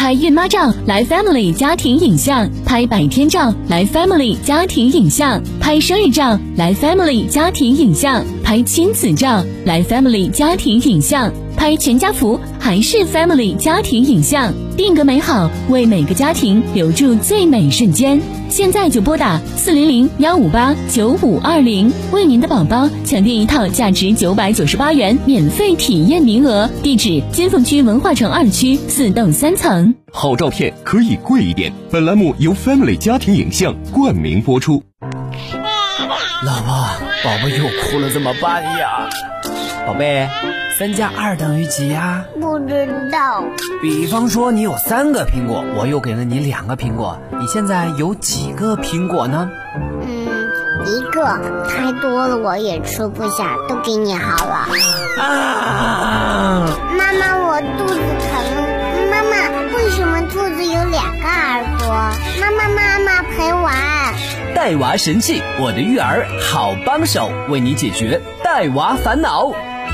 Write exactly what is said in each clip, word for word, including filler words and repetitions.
拍孕妈照来 Family 家庭影像，拍百天照来 Family 家庭影像，拍生日照来 Family 家庭影像，拍亲子照来 Family 家庭影像，拍全家福还是 Family 家庭影像，定格美好，为每个家庭留住最美瞬间。现在就拨打四零零幺五八九五二零，为您的宝宝抢订一套价值九百九十八元免费体验名额。地址：金凤区文化城二区四栋三层。 好照片可以贵一点。本栏目由 Family 家庭影像冠名播出。 老婆，宝宝又哭了，怎么办呀？宝贝，三加二等于几呀？ 不知道。 比方说你有三个苹果，我又给了你两个苹果，你现在有几个苹果呢？ 嗯，一个，太多了我也吃不下，都给你好了。 啊！ 妈妈，我肚子疼。妈妈，为什么兔子有两个耳朵？妈妈，妈妈陪玩。 带娃神器，我的育儿好帮手，为你解决带娃烦恼。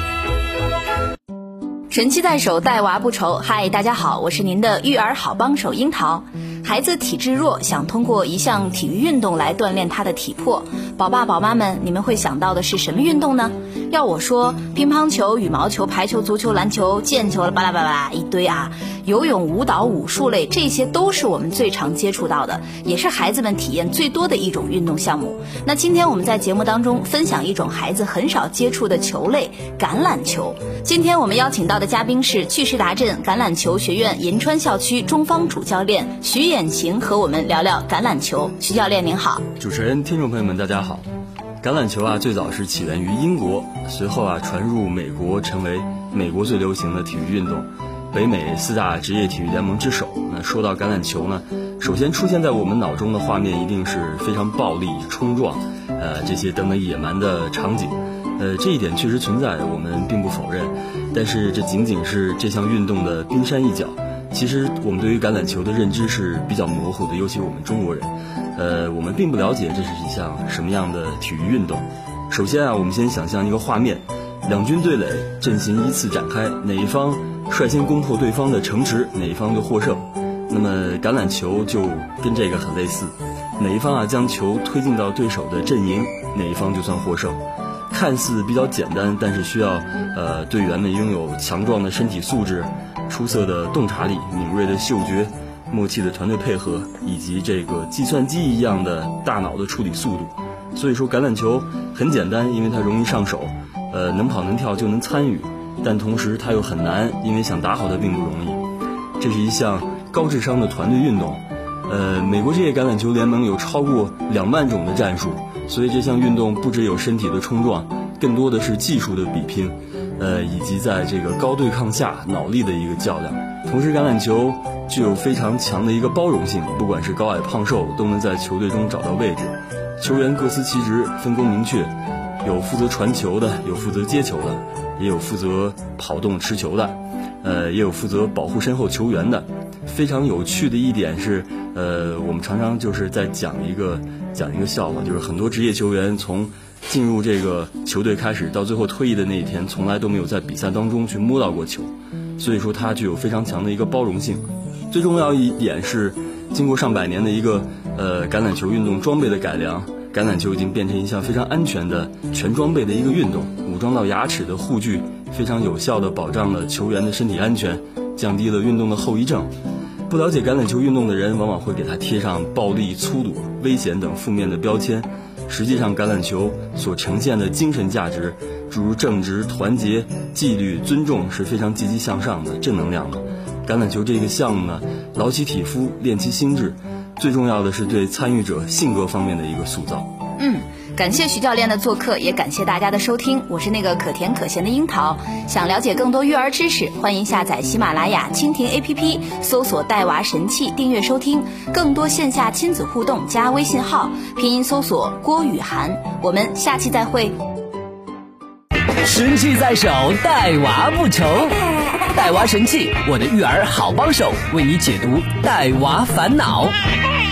神器在手，带娃不愁。嗨，大家好，我是您的育儿好帮手樱桃。孩子体质弱，想通过一项体育运动来锻炼他的体魄，宝爸宝妈们，你们会想到的是什么运动呢？要我说，乒乓球、羽毛球、排球、足球、篮球、毽球，巴拉巴拉一堆啊！游泳、舞蹈、武术类，这些都是我们最常接触到的，也是孩子们体验最多的一种运动项目。那今天我们在节目当中分享一种孩子很少接触的球类——橄榄球。今天我们邀请到的嘉宾是趣事达镇橄榄球学院银川校区中方主教练徐衍晴，和我们聊聊橄榄球。徐教练您好。 主持人、听众朋友们大家好。橄榄球啊，最早是起源于英国，随后啊传入美国，成为美国最流行的体育运动，北美四大职业体育联盟之首。那说到橄榄球呢，首先出现在我们脑中的画面一定是非常暴力、冲撞，呃，这些等等野蛮的场景。呃，这一点确实存在，我们并不否认。但是这仅仅是这项运动的冰山一角。其实我们对于橄榄球的认知是比较模糊的，尤其我们中国人。呃，我们并不了解这是一项什么样的体育运动。首先啊，我们先想象一个画面，两军对垒，阵型依次展开，哪一方率先攻破对方的城池，哪一方就获胜。那么橄榄球就跟这个很类似，哪一方啊将球推进到对手的阵营，哪一方就算获胜。看似比较简单，但是需要呃队员们拥有强壮的身体素质、出色的洞察力、敏锐的嗅觉、默契的团队配合，以及这个计算机一样的大脑的处理速度。所以说橄榄球很简单，因为它容易上手，呃能跑能跳就能参与，但同时它又很难，因为想打好它并不容易。这是一项高智商的团队运动。呃美国职业橄榄球联盟有超过两万种的战术，所以这项运动不只有身体的冲撞，更多的是技术的比拼，呃以及在这个高对抗下脑力的一个较量。同时橄榄球具有非常强的一个包容性，不管是高矮胖瘦都能在球队中找到位置，球员各司其职，分工明确，有负责传球的，有负责接球的，也有负责跑动持球的，呃也有负责保护身后球员的。非常有趣的一点是，呃我们常常就是在讲一个讲一个笑话，就是很多职业球员从进入这个球队开始到最后退役的那一天，从来都没有在比赛当中去摸到过球，所以说它具有非常强的一个包容性。最重要一点是，经过上百年的一个呃橄榄球运动装备的改良，橄榄球已经变成一项非常安全的全装备的一个运动，武装到牙齿的护具非常有效地保障了球员的身体安全，降低了运动的后遗症。不了解橄榄球运动的人往往会给它贴上暴力、粗鲁、危险等负面的标签，实际上橄榄球所呈现的精神价值，诸如正直、团结、纪律、尊重，是非常积极向上的正能量的。橄榄球这个项目呢，劳其体肤，练其心智，最重要的是对参与者性格方面的一个塑造。 嗯，感谢徐教练的做客，也感谢大家的收听。我是那个可甜可咸的樱桃。想了解更多育儿知识，欢迎下载喜马拉雅、蜻蜓 A P P， 搜索带娃神器，订阅收听。更多线下亲子互动，加微信号，拼音搜索郭雨涵。我们下期再会。 神器在手，带娃不愁。带娃神器，我的育儿好帮手，为你解读带娃烦恼。